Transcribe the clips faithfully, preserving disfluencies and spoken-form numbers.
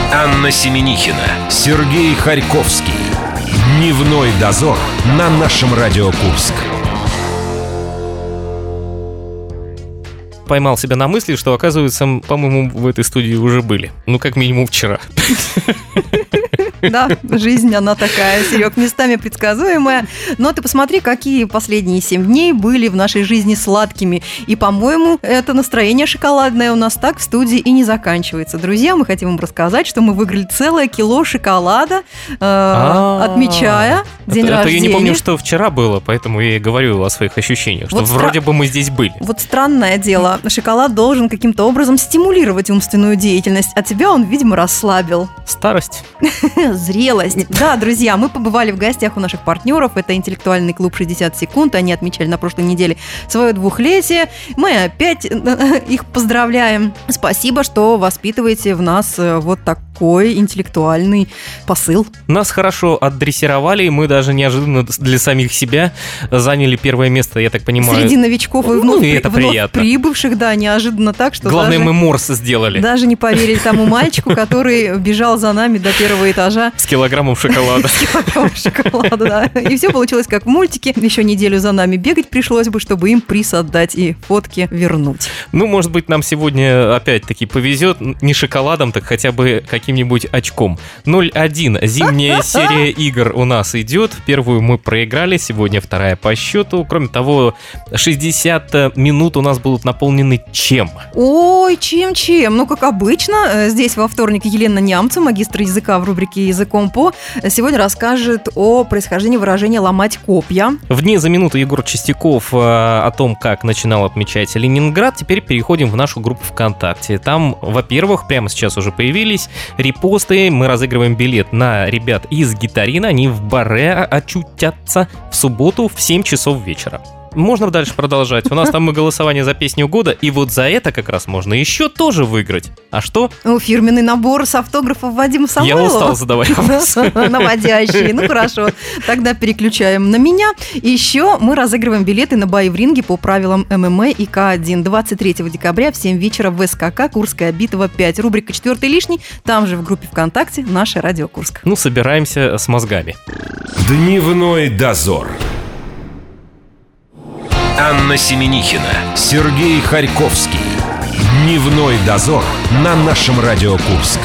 Анна Семенихина, Сергей Харьковский. Дневной дозор на нашем Радио Курск. Поймал себя на мысли, что, оказывается, по-моему, в этой студии уже были. Ну, как минимум, вчера. Да, жизнь, она такая, Серег, местами предсказуемая. Но ты посмотри, какие последние семь дней были в нашей жизни сладкими. И, по-моему, это настроение шоколадное у нас так в студии и не заканчивается. Друзья, мы хотим вам рассказать, что мы выиграли целое кило шоколада, э, отмечая день это, рождения. Это я не помню, что вчера было, поэтому я и говорю о своих ощущениях, что Вот вроде стра- бы мы здесь были. Вот странное дело, шоколад должен каким-то образом стимулировать умственную деятельность, а тебя он, видимо, расслабил. Старость. Зрелость. Да, друзья, мы побывали в гостях у наших партнеров. Это интеллектуальный клуб шестьдесят секунд. Они отмечали на прошлой неделе свое двухлетие. Мы опять их поздравляем. Спасибо, что воспитываете в нас вот такой интеллектуальный посыл. Нас хорошо отдрессировали, и мы даже неожиданно для самих себя заняли первое место, я так понимаю. Среди новичков и вновь, ну, и это вновь приятно. прибывших, да, неожиданно так, что Главное, даже, мы морс сделали. даже не поверили тому мальчику, который бежал за нами до первого этажа. С килограммом шоколада. С килограммом шоколада, да. И все получилось как в мультике. Еще неделю за нами бегать пришлось бы, чтобы им приз отдать и фотки вернуть. Ну, может быть, нам сегодня опять-таки повезет не шоколадом, так хотя бы каким-нибудь очком. ноль один. Зимняя серия игр у нас идет. Первую мы проиграли, сегодня вторая по счету. Кроме того, шестьдесят минут у нас будут наполнены чем? Ой, чем-чем? Ну, как обычно, здесь во вторник Елена Нямца, магистр языка в рубрике «Языком по», сегодня расскажет о происхождении выражения «ломать копья». В дне за минуту Егор Чистяков э, о том, как начинал отмечать Ленинград. Теперь переходим в нашу группу ВКонтакте. Там, во-первых, прямо сейчас уже появились репосты. Мы разыгрываем билет на ребят из Гитарина. Они в Баре очутятся в субботу в семь часов вечера. Можно дальше продолжать. У нас там и голосование за песню года, и вот за это как раз можно еще тоже выиграть. А что? Ну, фирменный набор с автографов Вадима Самойлова. Я устал задавать вопросы. Наводящие. Ну, хорошо. Тогда переключаем на меня. Еще мы разыгрываем билеты на бои в ринге по правилам эм эм а и ка один. двадцать третьего декабря в семь вечера в эс ка ка Курская битва пять. Рубрика «Четвертый лишний». Там же в группе ВКонтакте «Наше Радио Курск». Ну, собираемся с мозгами. Дневной дозор. Анна Семенихина, Сергей Харьковский. Дневной дозор на нашем Радио Курск.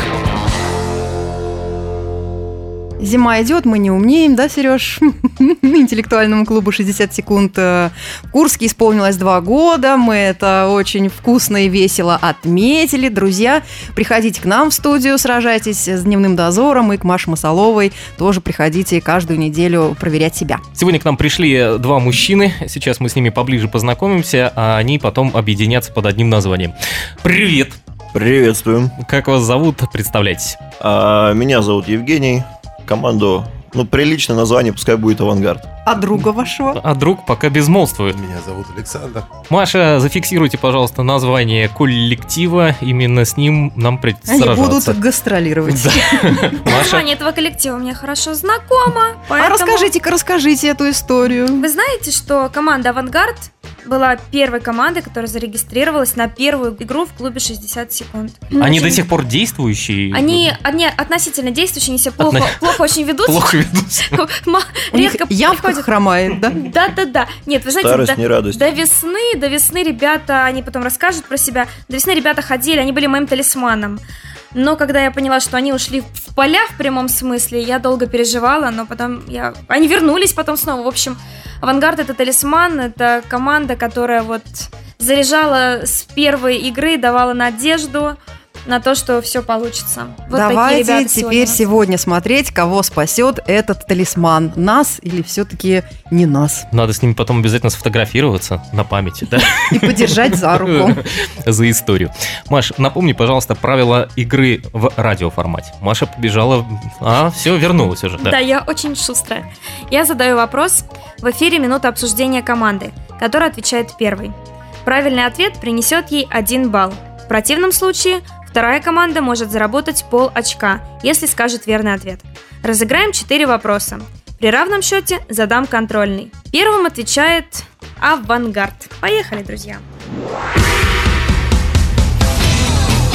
Зима идет, мы не умнеем, да, Сереж? Интеллектуальному клубу шестьдесят секунд в Курске исполнилось два года. Мы это очень вкусно и весело отметили. Друзья, приходите к нам в студию, сражайтесь с дневным дозором. И к Маше Масаловой тоже приходите каждую неделю проверять себя. Сегодня к нам пришли два мужчины. Сейчас мы с ними поближе познакомимся, а они потом объединятся под одним названием. Привет! Приветствуем. Как вас зовут? Представляйтесь. А, меня зовут Евгений. Команду, ну, приличное название, пускай будет «Авангард». А друга вашего? А друг пока безмолвствует. Меня зовут Александр. Маша, зафиксируйте, пожалуйста, название коллектива. Именно с ним нам придется Они сражаться. будут гастролировать. Да. Маша, Название этого коллектива мне хорошо знакомо. А Поэтому... расскажите-ка, расскажите эту историю. Вы знаете, что команда «Авангард» была первой командой, которая зарегистрировалась на первую игру в клубе шестьдесят секунд. они Очень- до сих пор действующие? Они, они относительно действующие, они себя плохо, Отно- плохо очень ведут. Плохо ведутся. Ма- У них Редко явка приходят. хромает, да? Да-да-да. Нет, вы знаете, Старость, до, не радость. до весны, до весны ребята, они потом расскажут про себя, до весны ребята ходили, они были моим талисманом. Но когда я поняла, что они ушли в поля в прямом смысле, я долго переживала, но потом я... Они вернулись потом снова. В общем, «Авангард» — это талисман, это команда, которая вот заряжала с первой игры, давала надежду на то, что все получится. Вот такие Давайте ребята теперь сегодня. сегодня смотреть, кого спасет этот талисман. Нас или все-таки не нас. Надо с ними потом обязательно сфотографироваться на памяти, да? И подержать за руку. За историю. Маш, напомни, пожалуйста, правила игры в радиоформате. Маша побежала... А, все, вернулась уже. Да, я очень шустрая. Я задаю вопрос. В эфире минута обсуждения команды, которая отвечает первой. Правильный ответ принесет ей один балл. В противном случае вторая команда может заработать пол очка, если скажет верный ответ. Разыграем четыре вопроса. При равном счете задам контрольный. Первым отвечает «Авангард». Поехали, друзья.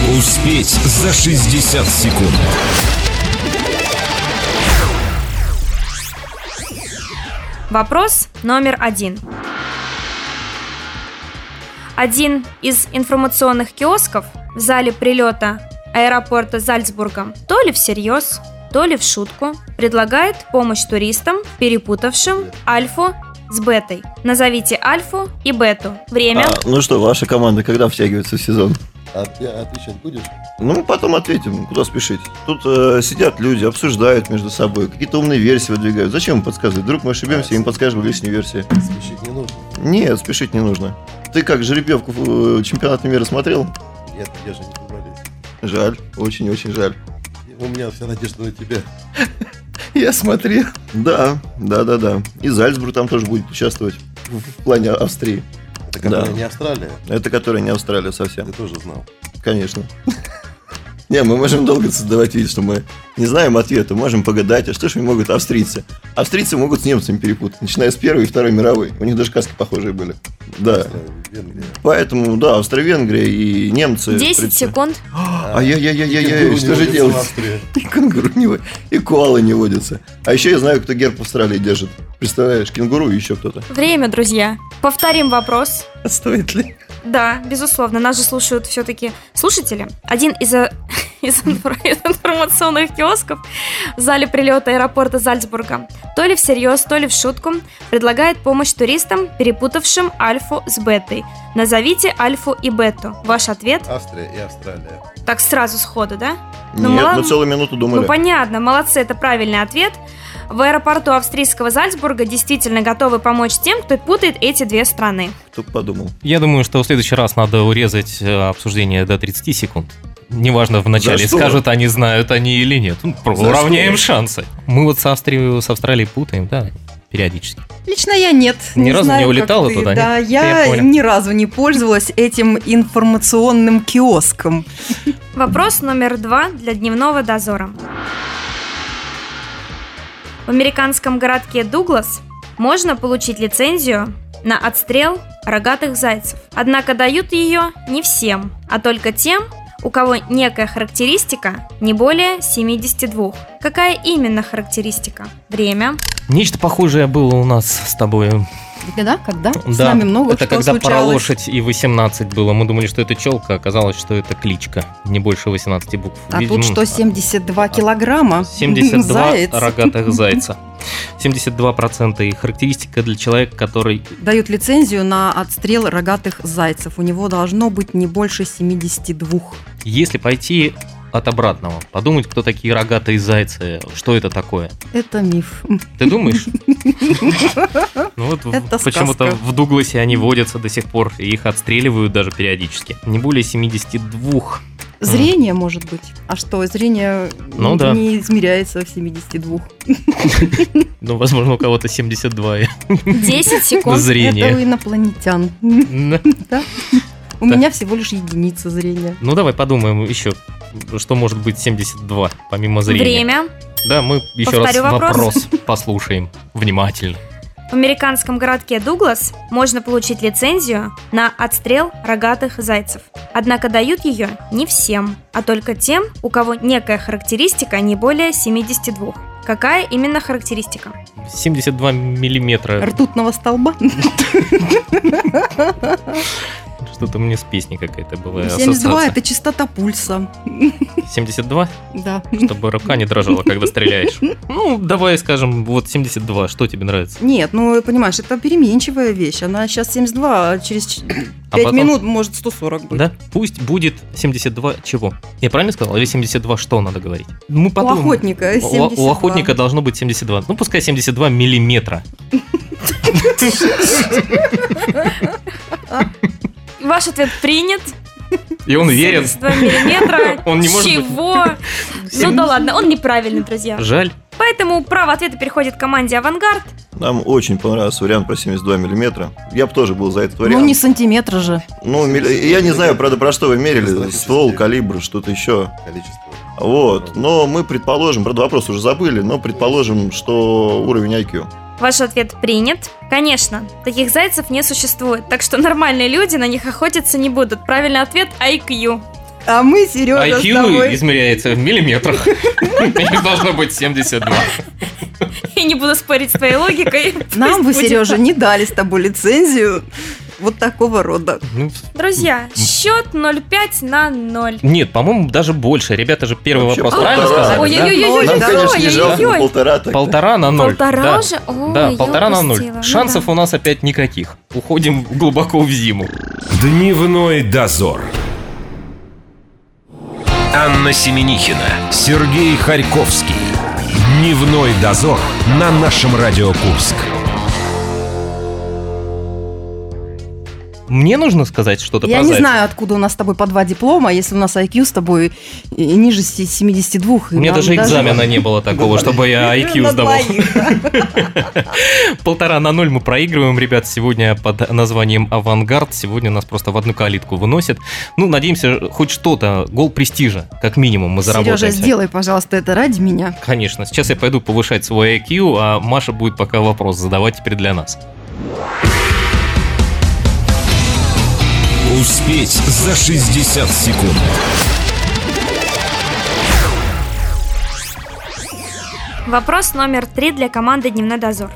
Успеть за шестьдесят секунд. Вопрос номер один. Один из информационных киосков в зале прилета аэропорта Зальцбурга то ли всерьез, то ли в шутку предлагает помощь туристам, перепутавшим альфу с бетой. Назовите альфу и бету. Время. А, ну что, ваша команда когда втягивается в сезон? А ты отвечать будешь? Ну, мы потом ответим, куда спешить. Тут э, сидят люди, обсуждают между собой, какие-то умные версии выдвигают. Зачем им подсказывать? Вдруг мы ошибемся, им подскажем лишнюю версию. Спешить не нужно. Нет, спешить не нужно. Ты как, жеребьевку э, чемпионата мира смотрел? Нет, я же не футболист. Жаль, очень-очень жаль. У меня вся надежда на тебя. Я смотрел. Да, да, да, да. И Зальцбург там тоже будет участвовать в, в плане Австрии. Это которая Да. не Австралия. Это которая не Австралия совсем. Ты тоже знал. Конечно. Не, мы можем долго создавать вид, что мы не знаем ответа, можем погадать, а что же могут австрийцы? Австрийцы могут с немцами перепутать, начиная с Первой и Второй мировой. У них даже каски похожие были. Да. Венгрия. Поэтому, да, Австро-Венгрия и немцы. десять секунд. Ай-яй-яй-яй-яй, что же делать? И кенгуру не водятся, и коалы не водятся. А еще я знаю, кто герб Австралии держит. Представляешь, кенгуру и еще кто-то. Время, друзья. Повторим вопрос. А стоит ли? Да, безусловно, нас же слушают все-таки слушатели. Один из, э, из инфор- из информационных киосков в зале прилета аэропорта Зальцбурга то ли всерьез, то ли в шутку предлагает помощь туристам, перепутавшим альфу с бетой. Назовите альфу и бету. Ваш ответ? Австрия и Австралия. Так сразу сходу, да? Ну, Нет, мало- мы целую минуту думали. Ну, понятно, молодцы, это правильный ответ. В аэропорту австрийского Зальцбурга действительно готовы помочь тем, кто путает эти две страны. Кто бы подумал. Я думаю, что в следующий раз надо урезать э, обсуждение до тридцати секунд. Неважно, вначале За что? скажут, они знают они или нет. Ну, про- За уравняем что? шансы. Мы вот с Австрией, с Австралией путаем, да, периодически. Лично я нет. Ни разу знаю, не как улетала ты. туда, нет? Да, Я я понял. ни разу не пользовалась этим информационным киоском. Вопрос номер два для дневного дозора. В американском городке Дуглас можно получить лицензию на отстрел рогатых зайцев. Однако дают ее не всем, а только тем, у кого некая характеристика не более семидесяти двух. Какая именно характеристика? Время. Нечто похожее было у нас с тобой. Да, когда? С Да, нами много это что когда про случалось. лошадь и восемнадцать было. Мы думали, что это челка, оказалось, что это кличка. Не больше восемнадцати букв. А Видимо, тут что, семьдесят два килограмма? семьдесят два Заяц. рогатых зайца. семьдесят два процента и характеристика для человека, который... Дают лицензию на отстрел рогатых зайцев. У него должно быть не больше семидесяти двух. Если пойти от обратного, подумать, кто такие рогатые зайцы, что это такое. Это миф. Ты думаешь? Ну вот в- Это почему-то сказка. в Дугласе они водятся до сих пор, и их отстреливают даже периодически. Не более семидесяти двух. Зрение, может быть. А что, зрение Ну не, да. не измеряется в семидесяти двух. Ну, возможно, у кого-то семьдесят два. десять секунд. Это у Зрение. инопланетян. Да. У меня всего лишь единица зрения. Ну, давай подумаем еще, что может быть семьдесят два, помимо зрения. Время. Да, мы еще Повторю раз вопрос. вопрос послушаем внимательно. В американском городке Дуглас можно получить лицензию на отстрел рогатых зайцев. Однако дают ее не всем, а только тем, у кого некая характеристика не более семидесяти двух. Какая именно характеристика? семьдесят два миллиметра. Ртутного столба. Что-то мне с песней какая-то была семьдесят два ассоциация. это частота пульса. семьдесят два? Да. Чтобы рука не дрожала, когда стреляешь. Ну, давай скажем, вот семьдесят два. Что тебе нравится? Нет, ну понимаешь, это переменчивая вещь. Она сейчас семьдесят два, а через ч- А пять потом- минут может сто сорок быть. Да? Пусть будет семьдесят два чего? Я правильно сказал? Или семьдесят два что надо говорить? Мы У подумаем. охотника У- семьдесят два. У охотника должно быть семьдесят два. Ну, пускай семьдесят два миллиметра. Ваш ответ принят. И он верен. семьдесят два миллиметра. Он не может быть. Чего? Ну да ладно, он неправильный, друзья. Жаль. Поэтому право ответа переходит к команде «Авангард». Нам очень понравился вариант про семьдесят два миллиметра. Я бы тоже был за этот вариант. Ну не сантиметра же. Ну, милли- я не знаю, правда, про что вы мерили. Количество Ствол, детей. калибр, что-то еще. Количество. Вот. Но мы предположим, правда, вопрос уже забыли, но предположим, что уровень ай кью. Ваш ответ принят. Конечно, таких зайцев не существует, так что нормальные люди на них охотиться не будут. Правильный ответ – ай кью. А мы, Сережа, ай с кью тобой. измеряется в миллиметрах. Их должно быть семьдесят два. Я не буду спорить с твоей логикой. Нам бы, Пусть будет Сережа, так. не дали с тобой лицензию вот такого рода. Ну, Друзья, счет ноль пять на ноль. нет, по-моему, даже больше. Ребята же первый Вообще вопрос полтора. правильно сказали, да? Ой-ой-ой-ой-ой. Нам, конечно, не жалко, но Ой-ой-ой. полтора так. Полтора на ноль. Полтора Да. уже? Ой, Да, я полтора на ноль. упустила. Ну Шансов да. у нас опять никаких. Уходим глубоко в зиму. Дневной дозор. Анна Семенихина, Сергей Харьковский. Дневной дозор на нашем Радио Курск. Мне нужно сказать что-то Я про не Зайцева? знаю, откуда у нас с тобой по два диплома, если у нас ай кью с тобой и- и ниже се- семидесяти двух. и У меня нам даже экзамена не было такого, чтобы я ай кью На сдавал. двоих, да. Полтора на ноль мы проигрываем, ребят, сегодня под названием «Авангард». Сегодня нас просто в одну калитку выносят. Ну, надеемся, хоть что-то, гол престижа, как минимум, мы заработаем. Сережа, сделай, пожалуйста, это ради меня. Конечно. Сейчас я пойду повышать свой ай кью, а Маша будет пока вопрос задавать теперь для нас. Успеть за шестьдесят секунд. Вопрос номер три для команды «Дневной дозор».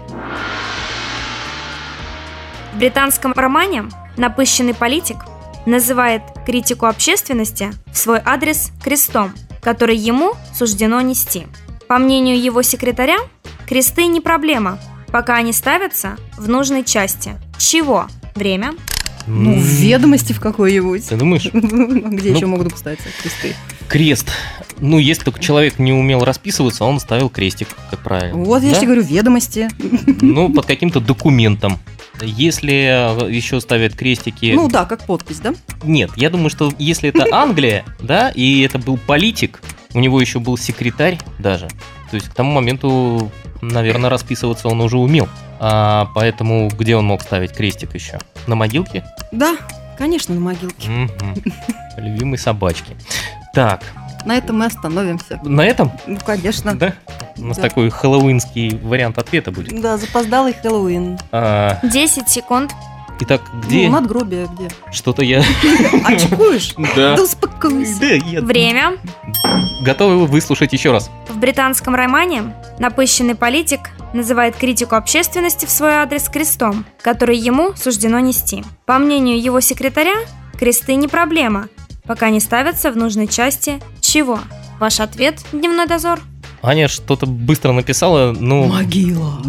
В британском романе напыщенный политик называет критику общественности в свой адрес крестом, который ему суждено нести. По мнению его секретаря, кресты не проблема, пока они ставятся в нужной части. Чего? Время. Ну, в ведомости в какой-нибудь. Ты думаешь? Где Ну, еще могут поставиться кресты? Крест. Ну, если только человек не умел расписываться, он ставил крестик, как правильно. Вот я Да? же тебе говорю, ведомости. Ну, под каким-то документом. Если еще ставят крестики... Ну да, как подпись, да? Нет, я думаю, что если это Англия, да, и это был политик, у него еще был секретарь даже, то есть к тому моменту, наверное, расписываться он уже умел. А поэтому где он мог ставить крестик еще? На могилке? Да, конечно, на могилке. Мгм. Любимой собачки. Так, На этом мы остановимся. на этом, Ну, конечно. да? У нас Да. такой хэллоуинский вариант ответа будет. Да, запоздалый Хэллоуин. А, десять секунд. итак, где Ну, надгробие где? что-то я... Очкуешь? Да. Да успокойся. Да, я- Время. Готовы выслушать еще раз? В британском романе напыщенный политик называет критику общественности в свой адрес крестом, который ему суждено нести. По мнению его секретаря, кресты не проблема, пока не ставятся в нужной части чего? Ваш ответ, дневной дозор? Аня что-то быстро написала, ну... Могила.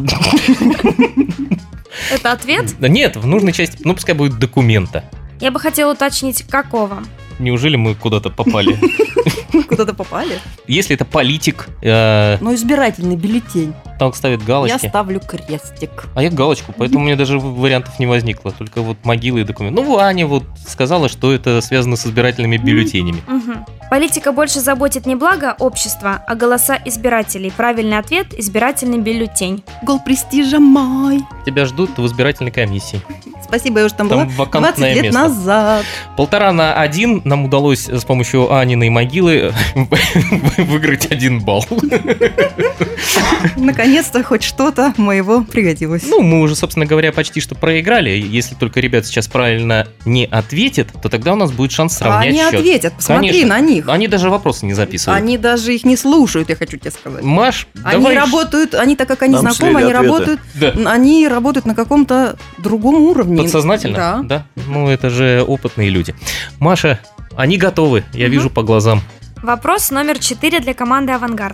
Это ответ? Да нет, в нужной части, ну пускай будет документа. Я бы хотела уточнить, какого? Неужели мы куда-то попали? Куда-то попали? Если это политик, э, Ну, избирательный бюллетень. там ставит Я галочки. ставлю крестик. А я галочку, поэтому у меня даже вариантов не возникло. Только вот могилы и документы. Ну, Аня вот сказала, что это связано с избирательными бюллетенями. Мгм. Политика больше заботит не благо общества, а голоса избирателей. Правильный ответ – избирательный бюллетень. Гол престижа мой. Тебя ждут в избирательной комиссии. Спасибо, я уже там, Там была вакантное двадцать лет место. назад. Полтора на один нам удалось с помощью Аниной могилы выиграть один балл. Наконец-то хоть что-то моего пригодилось. Ну, мы уже, собственно говоря, почти что проиграли. Если только ребят сейчас правильно не ответят, то тогда у нас будет шанс сравнять Они счет. ответят, посмотри Конечно. на них. Они даже вопросы не записывают. Они даже их не слушают, я хочу тебе сказать. Маш, Они давай... работают, они так как они Нам знакомы, шли они ответы. работают, Да. они работают на каком-то другом уровне. Подсознательно? Да. Ну, это же опытные люди. Маша, они готовы, я Мгм. вижу по глазам. Вопрос номер четыре для команды «Авангард».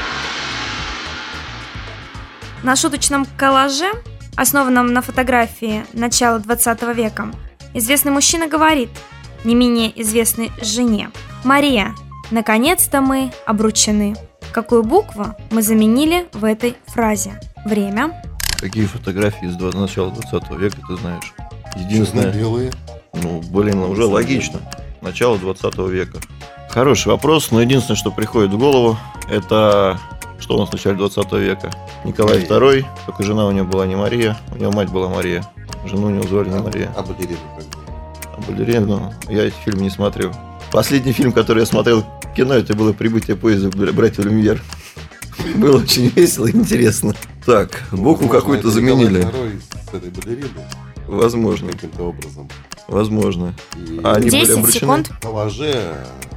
На шуточном коллаже, основанном на фотографии начала двадцатого века, известный мужчина говорит не менее известной жене: «Мария, наконец-то мы обручены». Какую букву мы заменили в этой фразе? Время. Какие фотографии из два- начала двадцатого века ты знаешь? Единственное, Черно-белые. ну, блин, уже логично. Начало двадцатого века. Хороший вопрос, но единственное, что приходит в голову, это что у нас в начале двадцатого века? Николай Мария. второй, только жена у него была не Мария, у него мать была Мария. Жену у него звали не Мария. А балерина как бы. А балерину я эти фильмы не смотрю. Последний фильм, который я смотрел в кино, это было «Прибытие поезда братьев Люмьер». Было очень весело и интересно. Так, букву Возможно, какую-то это Николай заменили. второй с этой балериной Возможно, каким-то образом. возможно. И А они были десять обручены? секунд. в коллаже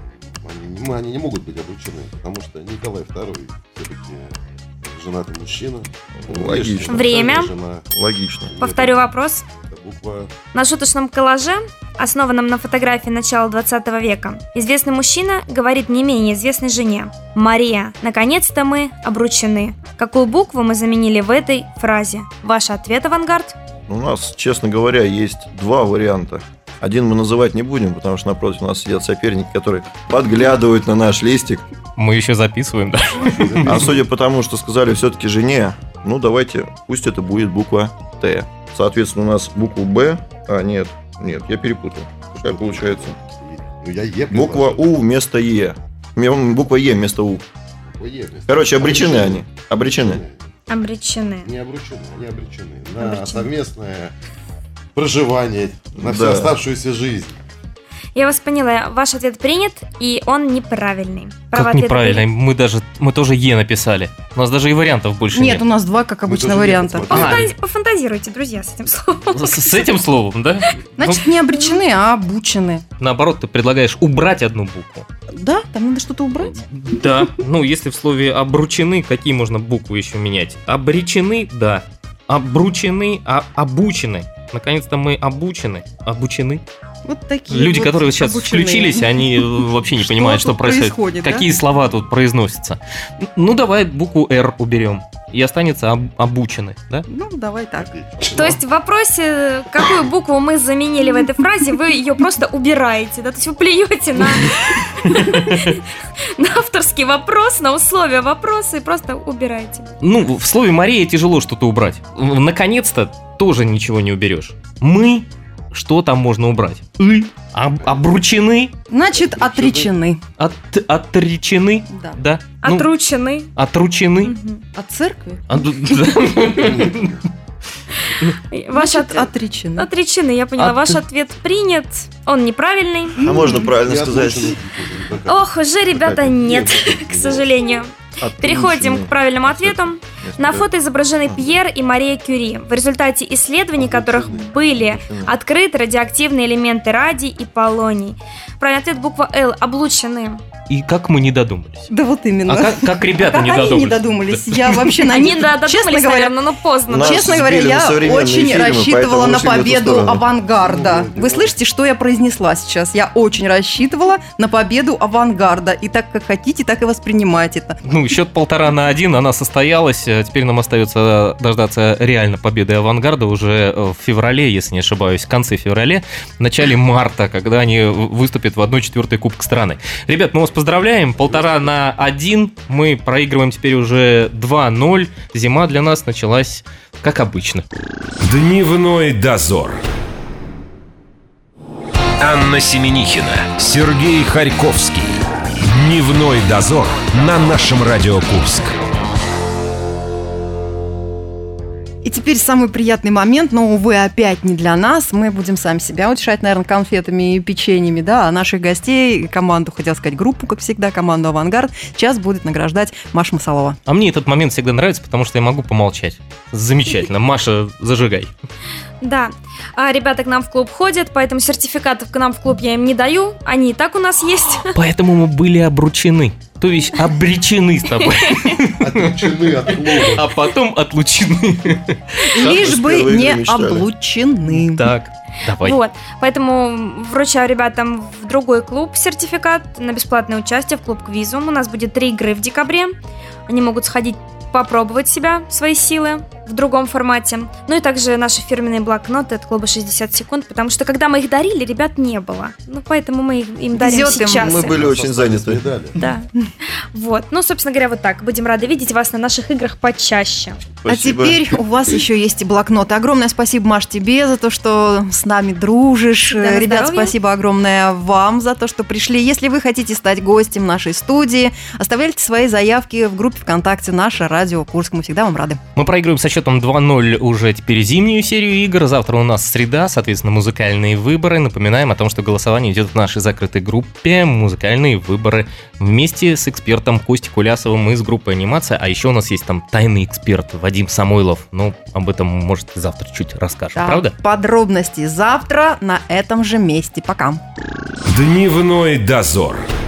Они, не- они не могут быть обручены, потому что Николай второй все-таки женатый мужчина. Логично. Время. Жена. Логично. Повторю вопрос. Это буква На шуточном коллаже, основанном на фотографии начала двадцатого века, известный мужчина говорит не менее известной жене: «Мария, наконец-то мы обручены». Какую букву мы заменили в этой фразе? Ваш ответ, «Авангард»? У нас, честно говоря, есть два варианта. Один мы называть не будем, потому что напротив у нас сидят соперники, которые подглядывают на наш листик. Мы еще записываем, да? А судя по тому, что сказали все-таки жене, ну давайте, пусть это будет буква Т. Соответственно, у нас букву Б. А, нет, нет, я перепутал. Как получается? Ну, я Е Буква предложил. У вместо Е. М- Буква Е вместо У. Буква Е вместо- Короче, обречены они. Обречены. Обречены. Не обручены, они обречены на Обречены. совместное проживание, на всю Да. оставшуюся жизнь. Я вас поняла. Ваш ответ принят, и он неправильный. Право Как ответа неправильно, были- мы даже, мы тоже Е написали. У нас даже и вариантов больше Нет, нет. у нас два, как Мы обычно, тоже варианта. не посмотрели. Ага. Пофантази- Пофантазируйте, друзья, с этим словом. С, с этим словом, да? Значит, не обречены, а обучены. Ну, наоборот, ты предлагаешь убрать одну букву. Да, там надо что-то убрать. Да. Ну, если в слове обручены, какие можно буквы еще менять? Обречены, да. Обручены, а обучены. Наконец-то мы обучены. Обучены. Вот такие Люди, вот которые сейчас обученные. включились, они вообще не Что понимают, что тут происходит. происходит, да? Какие слова тут произносятся. Ну, давай букву «Р» уберем. И останется об- обучены, да? Ну, давай так. То есть в вопросе, какую букву мы заменили в этой фразе, вы ее просто убираете, да? То есть вы плюете на, на авторский вопрос, на условия вопроса и просто убираете. Ну, в слове «Мария» тяжело что-то убрать. Наконец-то тоже ничего не уберешь. Мы, что там можно убрать? «И», об- обручены, Значит, отречены. от, отречены, Да. да? Ну, Отручены. отручены. Мгм. От церкви? А, д- да. Ваш Значит, ответ. отречены. Отречены, я поняла. От- Ваш ответ принят. Он неправильный. А можно правильно И сказать? отручены. Ну, как? Ох, уже, ребята, Какая-то нет, нет, к сожалению. Переходим Отречены. к правильному ответу. Вместо На Т. фото изображены Пьер и Мария Кюри, в результате исследований которых были открыты радиоактивные элементы радий и полоний. Правильный ответ буква Л. Облучены. И как мы не додумались? Да вот именно. А как, как ребята Как не они додумались? не додумались. Я вообще на Они них, да, честно додумались, говоря, наверное, но поздно. Нас честно говоря, сбили на я современные очень фильмы, рассчитывала поэтому на ушли в эту победу сторону. авангарда. Ну, Вы слышите, что я произнесла сейчас? Я очень рассчитывала на победу авангарда. И так как хотите, так и воспринимайте это. Ну, счет полтора на один, она состоялась. А Теперь нам остается дождаться реально победы авангарда уже в феврале, если не ошибаюсь, в конце февраля, в начале марта, когда они выступят в одной четвертой Кубка страны. Ребят, мы вас поздравляем. Полтора на один. Мы проигрываем теперь уже два ноль. Зима для нас началась как обычно. Дневной дозор. Анна Семенихина, Сергей Харьковский. Дневной дозор на нашем Радио Курск. И теперь самый приятный момент, но, увы, опять не для нас. Мы будем сами себя утешать, наверное, конфетами и печеньями, да, а наших гостей, команду, хотел сказать, группу, как всегда, команду «Авангард», сейчас будет награждать Маша Масалова. А мне этот момент всегда нравится, потому что я могу помолчать. Замечательно. Маша, зажигай. Да. А ребята к нам в клуб ходят, поэтому сертификатов к нам в клуб я им не даю. Они и так у нас есть. Поэтому мы были обручены. То есть обречены с тобой. Отречены от клуба. А потом отлучены. Лишь бы впервые не замечтали. облучены. Так, давай. Вот. Поэтому вручаю ребятам в другой клуб сертификат на бесплатное участие в клуб Квизум. У нас будет три игры в декабре. Они могут сходить попробовать себя, свои силы в другом формате. Ну и также наши фирменные блокноты от клуба шестьдесят секунд, потому что когда мы их дарили, ребят не было. Ну поэтому мы их- им дарим Везет им. сейчас. Мы были очень заняты. Медали. Да. Вот. Ну, собственно говоря, вот так. Будем рады видеть вас на наших играх почаще. Спасибо. А теперь у вас еще есть и блокноты. Огромное спасибо, Маш, тебе за то, что с нами дружишь. Да, на Ребят, здоровье. спасибо огромное вам за то, что пришли. Если вы хотите стать гостем нашей студии, оставляйте свои заявки в группе ВКонтакте «Наше Радио Курск». Мы всегда вам рады. Мы проигрываем со счетом два ноль уже теперь зимнюю серию игр. Завтра у нас среда, соответственно, музыкальные выборы. Напоминаем о том, что голосование идет в нашей закрытой группе «Музыкальные выборы» вместе с экспертом Костей Кулясовым из группы «Анимация». А еще у нас есть там тайный эксперт Вадим Самойлов. Ну, об этом, может, завтра чуть расскажем, Да, правда? Подробности завтра на этом же месте. Пока. Дневной дозор.